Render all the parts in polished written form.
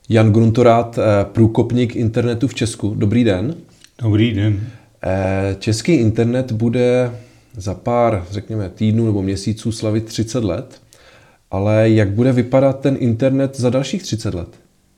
Jan Gruntorát, průkopník internetu v Česku. Dobrý den. Dobrý den. Český internet bude za pár, řekněme, týdnů nebo měsíců slavit 30 let, ale jak bude vypadat ten internet za dalších 30 let?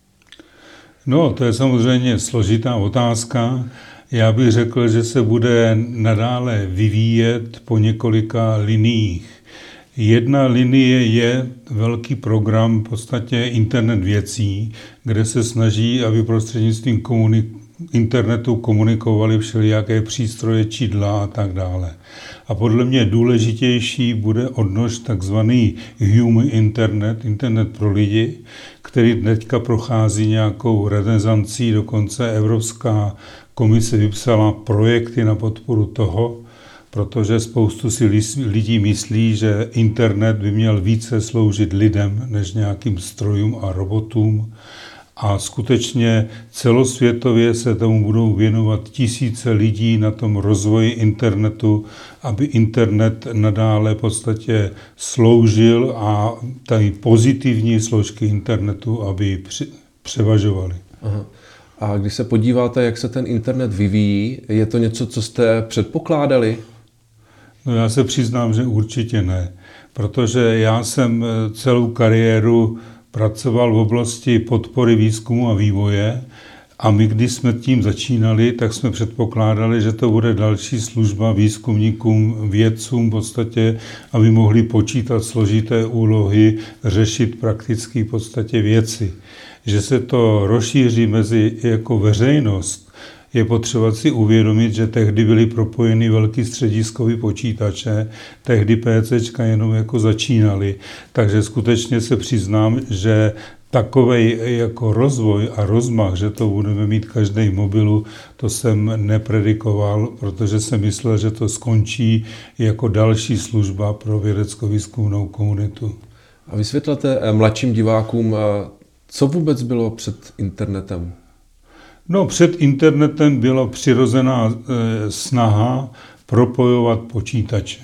No, to je samozřejmě složitá otázka. Já bych řekl, že se bude nadále vyvíjet po několika liniích. Jedna linie je velký program, v podstatě internet věcí, kde se snaží, aby prostřednictvím internetu komunikovali všelijaké přístroje, čidla a tak dále. A podle mě důležitější bude odnož takzvaný human internet, internet pro lidi, který teďka prochází nějakou renesancí, dokonce Evropská komise vypsala projekty na podporu toho, protože spoustu si lidí myslí, že internet by měl více sloužit lidem než nějakým strojům a robotům. A skutečně celosvětově se tomu budou věnovat tisíce lidí na tom rozvoji internetu, aby internet nadále v podstatě sloužil a ty pozitivní složky internetu, aby převažovaly. Aha. A když se podíváte, jak se ten internet vyvíjí, je to něco, co jste předpokládali? No já se přiznám, že určitě ne, protože já jsem celou kariéru pracoval v oblasti podpory výzkumu a vývoje a my, když jsme tím začínali, tak jsme předpokládali, že to bude další služba výzkumníkům, vědcům v podstatě, aby mohli počítat složité úlohy, řešit prakticky v podstatě věci. Že se to rozšíří mezi jako veřejnost, je potřeba si uvědomit, že tehdy byly propojeny velký střediskový počítače, tehdy PCčka jenom jako začínaly, takže skutečně se přiznám, že takovej jako rozvoj a rozmach, že to budeme mít každý mobilu, to jsem nepredikoval, protože jsem myslel, že to skončí jako další služba pro vědecko-výzkumnou komunitu. A vysvětlete mladším divákům, co vůbec bylo před internetem? No, před internetem byla přirozená snaha propojovat počítače.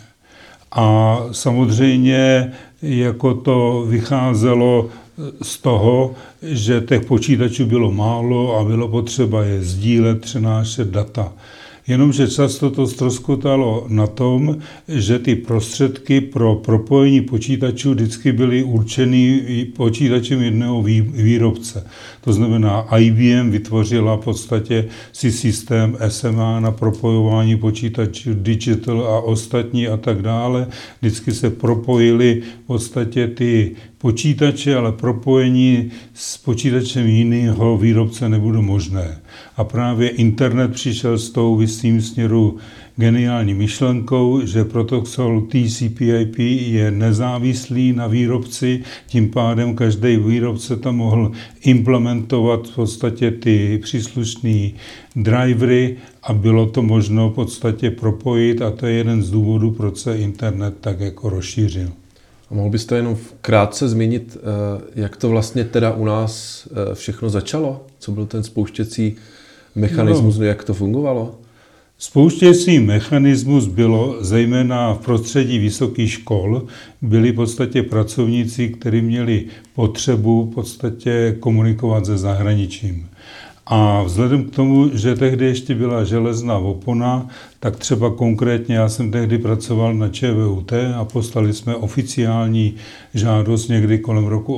A samozřejmě jako to vycházelo z toho, že těch počítačů bylo málo a bylo potřeba je sdílet, přenášet data. Jenomže často to ztroskotalo na tom, že ty prostředky pro propojení počítačů vždycky byly určeny počítačem jednoho výrobce. To znamená, IBM vytvořila v podstatě si systém SMA na propojování počítačů, Digital a ostatní a tak dále. Vždycky se propojily v podstatě ty počítače, ale propojení s počítačem jiného výrobce nebude možné. A právě internet přišel s tou v jistým směru geniální myšlenkou, že protokol TCP/IP je nezávislý na výrobci, tím pádem každý výrobce tam mohl implementovat v podstatě ty příslušné drivery a bylo to možno v podstatě propojit a to je jeden z důvodů, proč se internet tak jako rozšířil. A mohl byste jenom krátce zmínit, jak to vlastně teda u nás všechno začalo? Co byl ten spouštěcí mechanismus, jak to fungovalo? Spouštěcí mechanismus bylo zejména v prostředí vysokých škol, byli v podstatě pracovníci, kteří měli potřebu v podstatě komunikovat se zahraničím. A vzhledem k tomu, že tehdy ještě byla železná opona, tak třeba konkrétně já jsem tehdy pracoval na ČVUT a poslali jsme oficiální žádost někdy kolem roku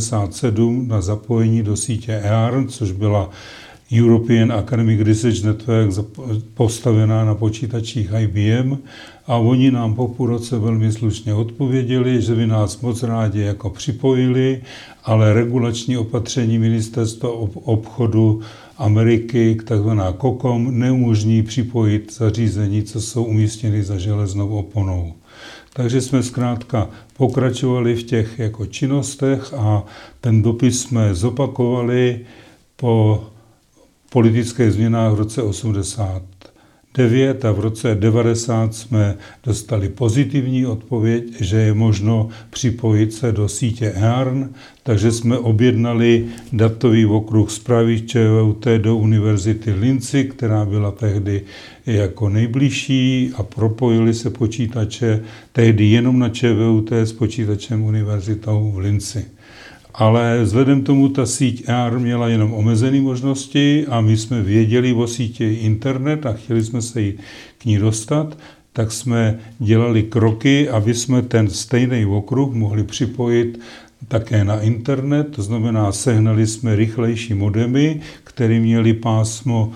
1987 na zapojení do sítě EARN, což byla European Academic Research Network postavená na počítačích IBM a oni nám po půl roce velmi slušně odpověděli, že by nás moc rádi jako připojili, ale regulační opatření Ministerstva obchodu Ameriky, takzvaná COCOM, neumožní připojit zařízení, co jsou umístěny za železnou oponou. Takže jsme zkrátka pokračovali v těch jako činnostech a ten dopis jsme zopakovali po politických změnách v roce 89 a v roce 90 jsme dostali pozitivní odpověď, že je možno připojit se do sítě EARN, takže jsme objednali datový okruh zprávy ČVUT do Univerzity Linci, která byla tehdy jako nejbližší a propojili se počítače tehdy jenom na ČVUT s počítačem univerzitou v Linci. Ale vzhledem tomu ta síť EAR měla jenom omezené možnosti a my jsme věděli o síti internet a chtěli jsme se k ní dostat, tak jsme dělali kroky, aby jsme ten stejný okruh mohli připojit také na internet. To znamená, sehnali jsme rychlejší modemy, které měly pásmo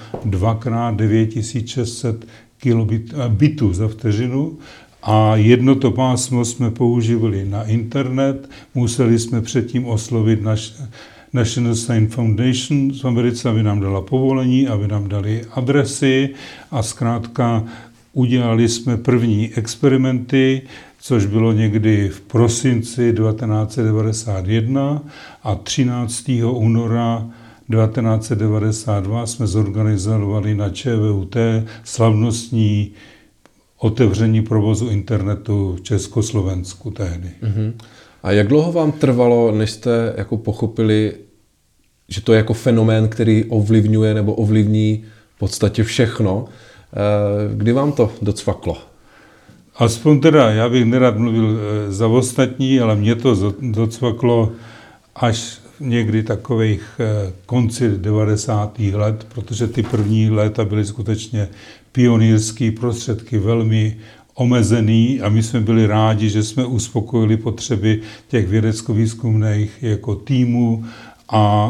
2x9600 bitů za vteřinu. A jedno to pásmo jsme používali na internet, museli jsme předtím oslovit National Science Foundation z Americe, aby nám dala povolení, aby nám dali adresy a zkrátka udělali jsme první experimenty, což bylo někdy v prosinci 1991 a 13. února 1992 jsme zorganizovali na ČVUT slavnostní otevření provozu internetu v Československu tehdy. A jak dlouho vám trvalo, než jste jako pochopili, že to je jako fenomén, který ovlivňuje nebo ovlivní v podstatě všechno? Kdy vám to docvaklo? Aspoň teda, já bych nerad mluvil za ostatní, ale mě to docvaklo až někdy takových konci 90. let, protože ty první léta byly skutečně pionýrský, prostředky velmi omezený a my jsme byli rádi, že jsme uspokojili potřeby těch vědecko-výzkumných jako týmů a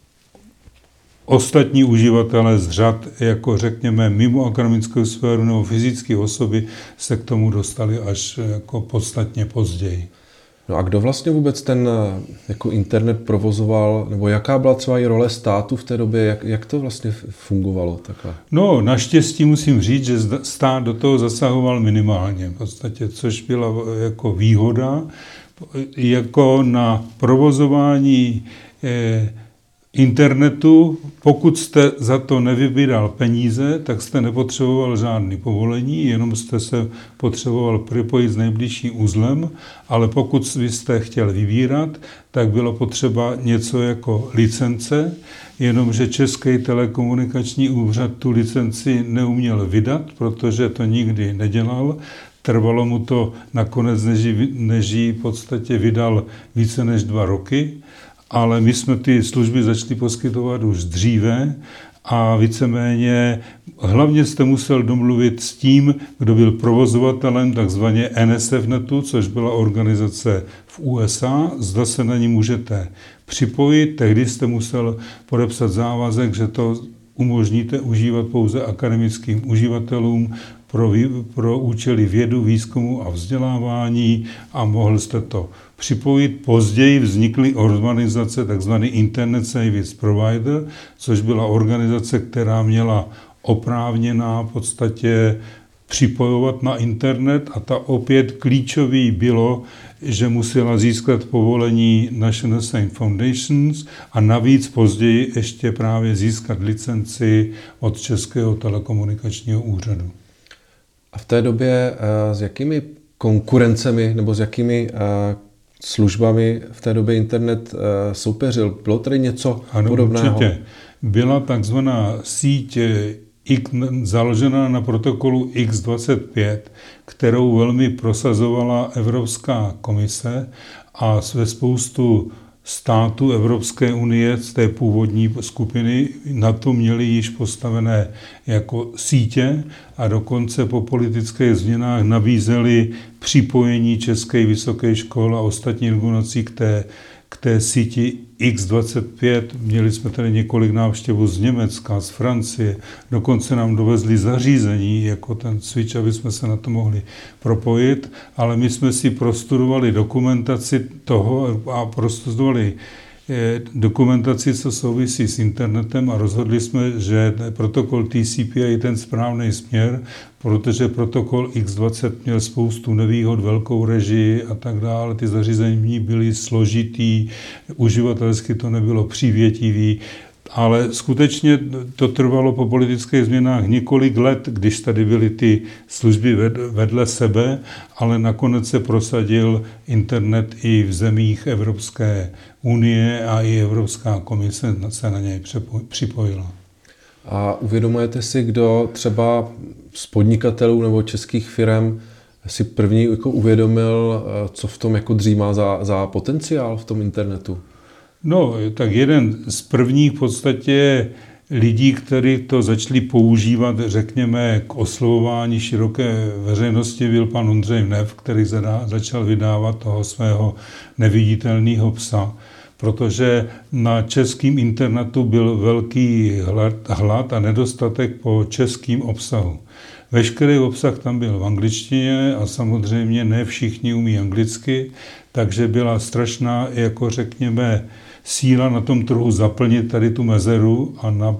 ostatní uživatelé z řad, jako řekněme mimo akademickou sféru nebo fyzické osoby, se k tomu dostali až jako podstatně později. No a kdo vlastně vůbec ten jako internet provozoval, nebo jaká byla třeba i role státu v té době, jak to vlastně fungovalo takhle? No, naštěstí musím říct, že stát do toho zasahoval minimálně, v podstatě, což byla jako výhoda, jako na provozování internetu, pokud jste za to nevybíral peníze, tak jste nepotřeboval žádný povolení, jenom jste se potřeboval připojit s nejbližším uzlem, ale pokud jste chtěl vybírat, tak bylo potřeba něco jako licence, jenomže Český telekomunikační úřad tu licenci neuměl vydat, protože to nikdy nedělal. Trvalo mu to nakonec, než ji v podstatě vydal více než 2 roky. Ale my jsme ty služby začali poskytovat už dříve a víceméně hlavně jste musel domluvit s tím, kdo byl provozovatelem takzvaně NSFnetu, což byla organizace v USA, zda se na ní můžete připojit. Tehdy jste musel podepsat závazek, že to umožníte užívat pouze akademickým uživatelům pro účely vědu, výzkumu a vzdělávání a mohl jste to připojit. Později vznikly organizace tzv. Internet Service Provider, což byla organizace, která měla oprávněná v podstatě připojovat na internet a ta opět klíčový bylo, že musela získat povolení National Science Foundations a navíc později ještě právě získat licenci od Českého telekomunikačního úřadu. A v té době s jakými konkurencemi nebo s jakými službami v té době internet soupeřil? Bylo tady něco podobného? Určitě. Byla takzvaná síť založená na protokolu X25, kterou velmi prosazovala Evropská komise a ve spoustu států Evropské unie z té původní skupiny na to měly již postavené jako sítě a dokonce po politických změnách nabízeli připojení České vysoké školy a ostatní organizací k té síti X25. Měli jsme tady několik návštěvů z Německa, z Francie, dokonce nám dovezli zařízení, jako ten switch, aby jsme se na to mohli propojit, ale my jsme si prostudovali dokumentaci toho a prostudovali dokumentaci, co souvisí s internetem a rozhodli jsme, že protokol TCP je ten správný směr, protože protokol X20 měl spoustu nevýhod, velkou režii a tak dále. Ty zařízení byly složitý, uživatelsky to nebylo přívětivý, ale skutečně to trvalo po politických změnách několik let, když tady byly ty služby vedle sebe, ale nakonec se prosadil internet i v zemích Evropské unie a i Evropská komise se na něj připojila. A uvědomujete si, kdo třeba z podnikatelů nebo českých firm si první jako uvědomil, co v tom jako dřímá za potenciál v tom internetu? No, tak jeden z prvních v podstatě lidí, kteří to začali používat, řekněme, k oslovování široké veřejnosti, byl pan Ondřej Neff, který začal vydávat toho svého neviditelného psa, protože na českém internetu byl velký hlad a nedostatek po českém obsahu. Veškerý obsah tam byl v angličtině a samozřejmě ne všichni umí anglicky, takže byla strašná, jako řekněme, síla na tom trhu zaplnit tady tu mezeru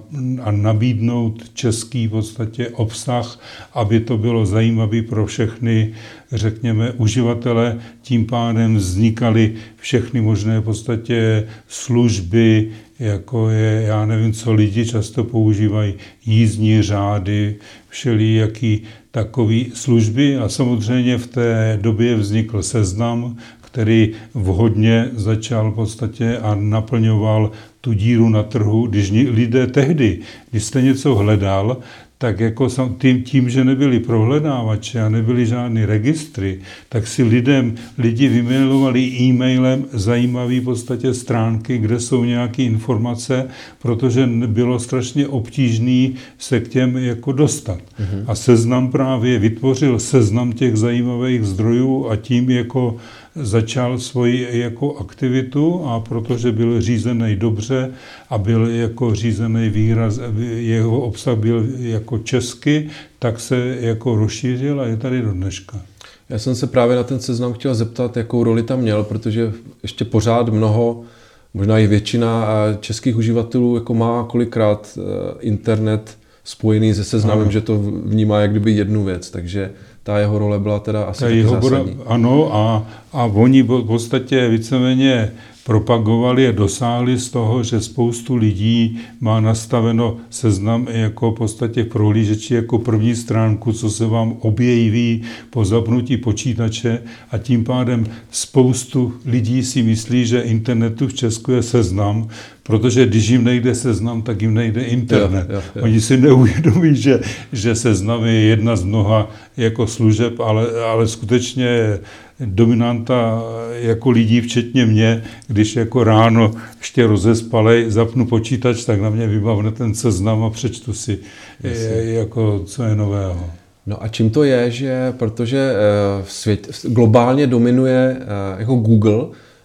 a nabídnout český v podstatě obsah, aby to bylo zajímavé pro všechny, řekněme, uživatele. Tím pádem vznikaly všechny možné v podstatě služby, jako je, já nevím, co lidi často používají, jízdní řády, všelijaký takový služby a samozřejmě v té době vznikl Seznam, který vhodně začal v podstatě a naplňoval tu díru na trhu, když lidé tehdy, když jste něco hledal, tak jako tím, že nebyly prohledávače a nebyly žádné registry, tak si lidi vymailovali e-mailem zajímavé v podstatě stránky, kde jsou nějaké informace, protože bylo strašně obtížné se k těm jako dostat. Mm-hmm. A Seznam právě vytvořil seznam těch zajímavých zdrojů a tím jako začal svoji jako aktivitu a protože byl řízený dobře a byl jako řízený jeho obsah byl jako česky, tak se jako rozšířil a je tady do dneška. Já jsem se právě na ten Seznam chtěl zeptat, jakou roli tam měl, protože ještě pořád mnoho, možná i většina českých uživatelů jako má kolikrát internet spojený se Seznamem, že to vnímá jak kdyby jednu věc, takže ta jeho role byla teda asi taky zásadní. Ano, a oni v podstatě víceméně propagovali a dosáhli z toho, že spoustu lidí má nastaveno Seznam jako v podstatě v prohlížeči jako první stránku, co se vám objeví po zapnutí počítače a tím pádem spoustu lidí si myslí, že internetu v Česku je Seznam, protože když jim nejde Seznam, tak jim nejde internet. Jo. Oni si neuvědomí, že Seznam je jedna z mnoha jako služeb, ale skutečně dominanta jako lidí, včetně mě, když jako ráno ještě rozespalej, zapnu počítač, tak na mě vybavne ten Seznam a přečtu si, jako, co je nového. No a čím to je, že protože globálně dominuje jako Google,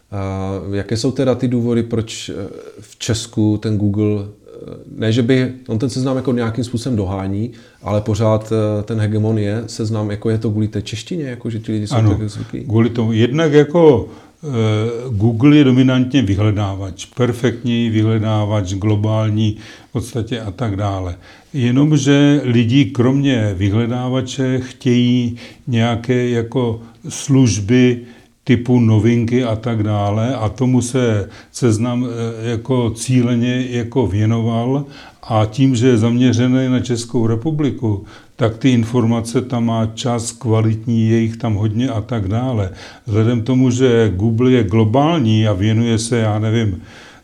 jaké jsou teda ty důvody, proč v Česku ten Google, ne, že by on ten Seznam jako nějakým způsobem dohání, ale pořád ten hegemon je Seznam, jako je to kvůli té češtině, jako že ti lidi jsou tak zvyklí? Kvůli tomu. Jednak jako Google je dominantně vyhledávač, perfektní vyhledávač, globální v podstatě a tak dále. Jenomže lidi kromě vyhledávače chtějí nějaké jako služby typu novinky a tak dále a tomu se Seznam jako cíleně jako věnoval a tím, že je zaměřený na Českou republiku, tak ty informace tam má čas kvalitní, je jich tam hodně a tak dále. Vzhledem k tomu, že Google je globální a věnuje se, já nevím,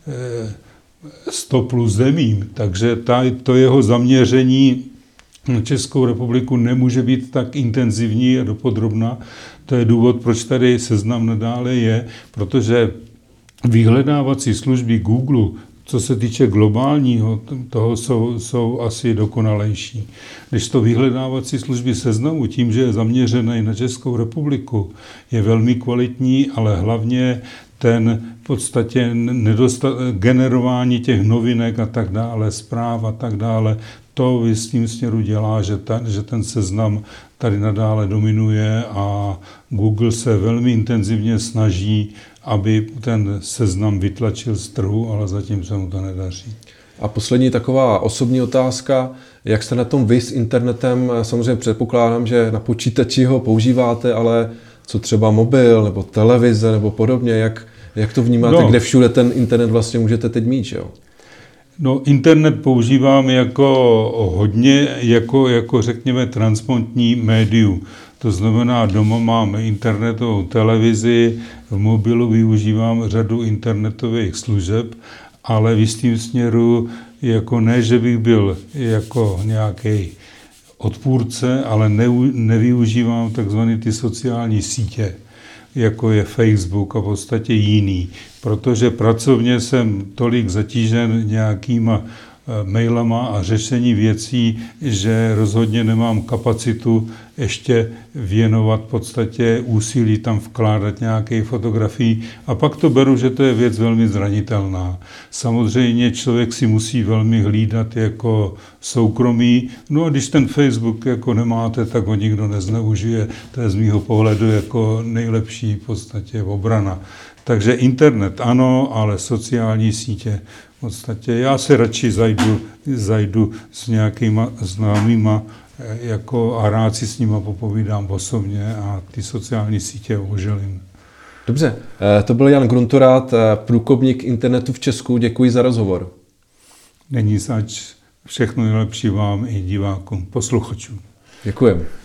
100 plus zemím, takže to jeho zaměření na Českou republiku nemůže být tak intenzivní a dopodrobná. To je důvod, proč tady Seznam nadále je, protože vyhledávací služby Google, co se týče globálního, toho jsou asi dokonalejší. Když to vyhledávací služby Seznamu, tím, že je zaměřený na Českou republiku, je velmi kvalitní, ale hlavně ten v podstatě generování těch novinek a tak dále, zpráv a tak dále, to v jistým směru dělá, že ten Seznam tady nadále dominuje a Google se velmi intenzivně snaží, aby ten Seznam vytlačil z trhu, ale zatím se mu to nedaří. A poslední taková osobní otázka, jak jste na tom vy s internetem? Samozřejmě předpokládám, že na počítači ho používáte, ale co třeba mobil nebo televize nebo podobně, jak to vnímáte, kde všude ten internet vlastně můžete teď mít, že jo? No, internet používám jako hodně, jako řekněme transportní médium. To znamená, doma mám internetovou televizi, v mobilu využívám řadu internetových služeb, ale v jistým směru jako ne, že bych byl jako nějaký odpůrce, ale nevyužívám takzvané ty sociální sítě. jako je Facebook a v podstatě jiný. Protože pracovně jsem tolik zatížen nějakýma mailama a řešení věcí, že rozhodně nemám kapacitu ještě věnovat v podstatě úsilí tam vkládat nějaké fotografii. A pak to beru, že to je věc velmi zranitelná. Samozřejmě člověk si musí velmi hlídat jako soukromí. No a když ten Facebook jako nemáte, tak ho nikdo nezneužije. To je z mýho pohledu jako nejlepší v podstatě obrana. Takže internet ano, ale sociální sítě v podstatě. Já se radši zajdu s nějakýma známýma jako a rád si s nima popovídám osobně a ty sociální sítě oželím. Dobře, to byl Jan Gruntorát, průkopník internetu v Česku. Děkuji za rozhovor. Není zač, všechno nejlepší vám i divákům, posluchačům. Děkujeme.